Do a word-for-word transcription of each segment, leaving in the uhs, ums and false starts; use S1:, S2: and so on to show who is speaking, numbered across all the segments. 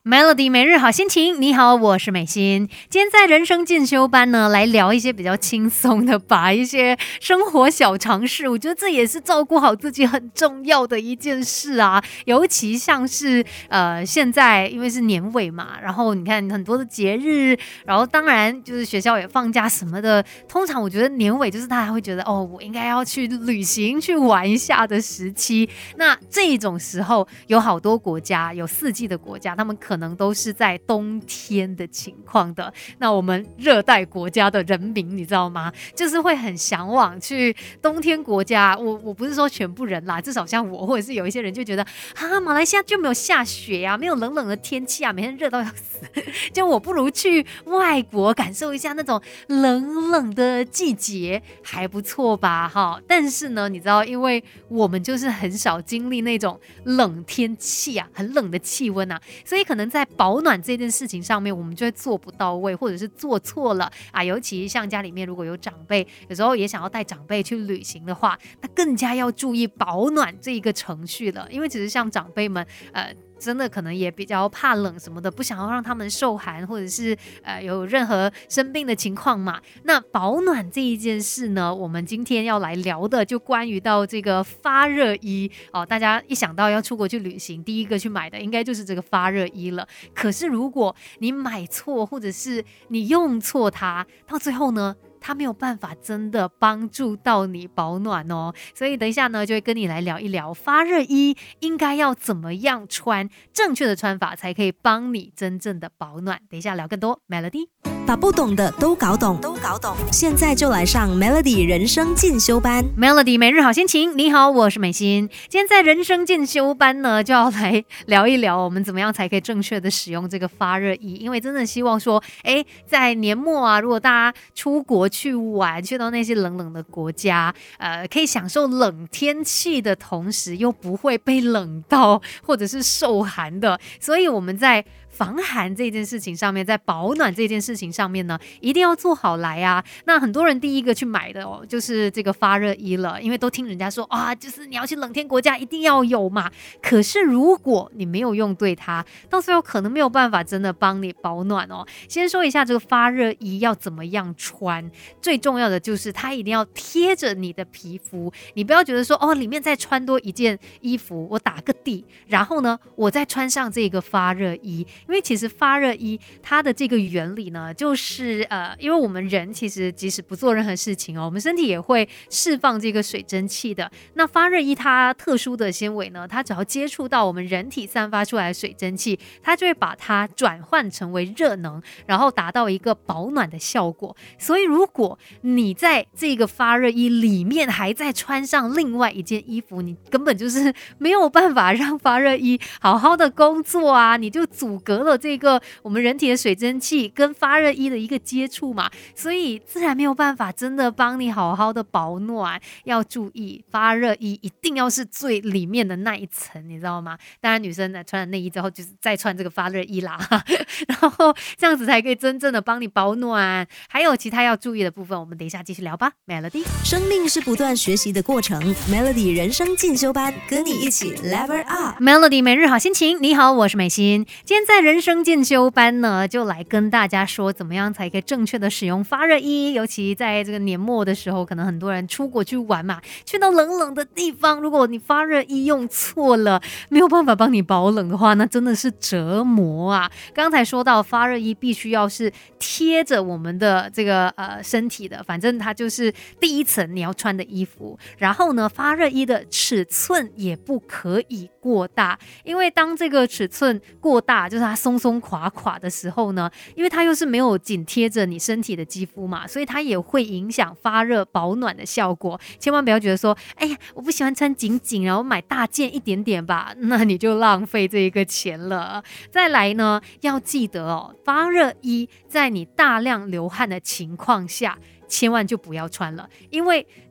S1: Melody 每日好心情，你好，我是美心。今天在人生进修班呢，来聊一些比较轻松的吧，一些生活小常识。我觉得这也是照顾好自己很重要的一件事啊。尤其像是呃现在因为是年尾嘛，然后你看很多的节日，然后当然就是学校也放假什么的。通常我觉得年尾就是大家会觉得哦，我应该要去旅行去玩一下的时期。那这种时候有好多国家，有四季的国家，他们可能可能都是在冬天的情况的。那我们热带国家的人民你知道吗，就是会很向往去冬天国家。我我不是说全部人啦，至少像我或者是有一些人就觉得啊，马来西亚就没有下雪啊，没有冷冷的天气啊，每天热到要死，就我不如去外国感受一下那种冷冷的季节，还不错吧哈。但是呢，你知道，因为我们就是很少经历那种冷天气啊，很冷的气温啊，所以可能在保暖这件事情上面，我们就会做不到位，或者是做错了啊。尤其像家里面如果有长辈，有时候也想要带长辈去旅行的话，那更加要注意保暖这一个程序了。因为其实像长辈们，呃。真的可能也比较怕冷什么的，不想要让他们受寒，或者是呃有任何生病的情况嘛。那保暖这一件事呢，我们今天要来聊的就关于到这个发热衣哦。大家一想到要出国去旅行，第一个去买的应该就是这个发热衣了。可是如果你买错，或者是你用错它，到最后呢，它没有办法真的帮助到你保暖哦。所以等一下呢，就会跟你来聊一聊发热衣应该要怎么样穿，正确的穿法才可以帮你真正的保暖。等一下聊更多 Melody，
S2: 把不懂的都搞懂，都搞懂。现在就来上 Melody 人生进修班。
S1: Melody 每日好心情，你好，我是美心。今天在人生进修班呢，就要来聊一聊我们怎么样才可以正确的使用这个发热衣。因为真的希望说，哎，在年末啊，如果大家出国去玩，去到那些冷冷的国家，呃，可以享受冷天气的同时，又不会被冷到或者是受寒的。所以我们在防寒这件事情上面，在保暖这件事情上面呢，一定要做好来啊。那很多人第一个去买的哦，就是这个发热衣了，因为都听人家说啊，就是你要去冷天国家一定要有嘛。可是如果你没有用对它，到最后可能没有办法真的帮你保暖哦。先说一下这个发热衣要怎么样穿，最重要的就是它一定要贴着你的皮肤，你不要觉得说哦，里面再穿多一件衣服，我打个底，然后呢，我再穿上这个发热衣。因为其实发热衣它的这个原理呢，就是呃，因为我们人其实即使不做任何事情哦，我们身体也会释放这个水蒸气的。那发热衣它特殊的纤维呢，它只要接触到我们人体散发出来的水蒸气，它就会把它转换成为热能，然后达到一个保暖的效果。所以如果你在这个发热衣里面还在穿上另外一件衣服，你根本就是没有办法让发热衣好好的工作啊，你就阻隔了这个我们人体的水蒸气跟发热衣的一个接触嘛，所以自然没有办法真的帮你好好的保暖。要注意，发热衣一定要是最里面的那一层，你知道吗？当然女生呢穿了内衣之后就是再穿这个发热衣啦然后这样子才可以真正的帮你保暖。还有其他要注意的部分，我们等一下继续聊吧。 Melody，
S2: 生命是不断学习的过程， Melody 人生进修班，跟你一起 Level Up。
S1: Melody 每日好心情，你好，我是美心。今天在人生进修班呢，就来跟大家说怎么样才可以正确的使用发热衣。尤其在这个年末的时候，可能很多人出国去玩嘛，去到冷冷的地方，如果你发热衣用错了，没有办法帮你保冷的话，那真的是折磨啊。刚才说到发热衣必须要是贴着我们的这个呃身体的，反正它就是第一层你要穿的衣服。然后呢，发热衣的尺寸也不可以过大，因为当这个尺寸过大，就是它松松垮垮的时候呢，因为它又是没有紧贴着你身体的肌肤嘛，所以它也会影响发热保暖的效果。千万不要觉得说，哎呀，我不喜欢穿紧紧，然后买大件一点点吧，那你就浪费这一个钱了。再来呢，要记得哦，发热衣在你大量流汗的情况下，千万就不要穿了，因为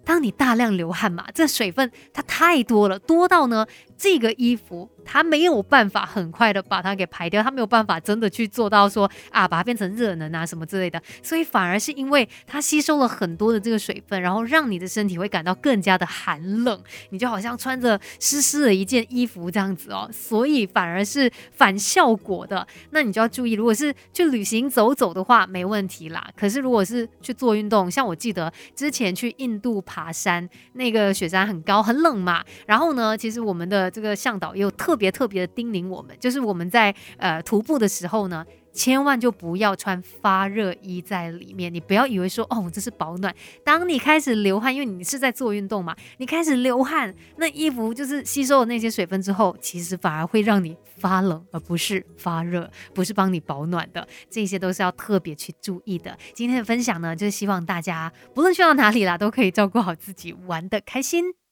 S1: 当你大量流汗嘛，这水分它太多了，多到呢这个衣服它没有办法很快的把它给排掉，它没有办法真的去做到说啊把它变成热能啊什么之类的，所以反而是因为它吸收了很多的这个水分，然后让你的身体会感到更加的寒冷，你就好像穿着湿湿的一件衣服这样子哦，所以反而是反效果的。那你就要注意，如果是去旅行走走的话没问题啦，可是如果是去做运动，像我记得之前去印度爬山，那个雪山很高很冷嘛，然后呢其实我们的这个向导也有特别特别的叮咛我们，就是我们在呃徒步的时候呢，千万就不要穿发热衣在里面，你不要以为说哦这是保暖，当你开始流汗，因为你是在做运动嘛，你开始流汗，那衣服就是吸收了那些水分之后，其实反而会让你发冷，而不是发热，不是帮你保暖的，这些都是要特别去注意的。今天的分享呢，就是希望大家不论去到哪里啦，都可以照顾好自己，玩得开心。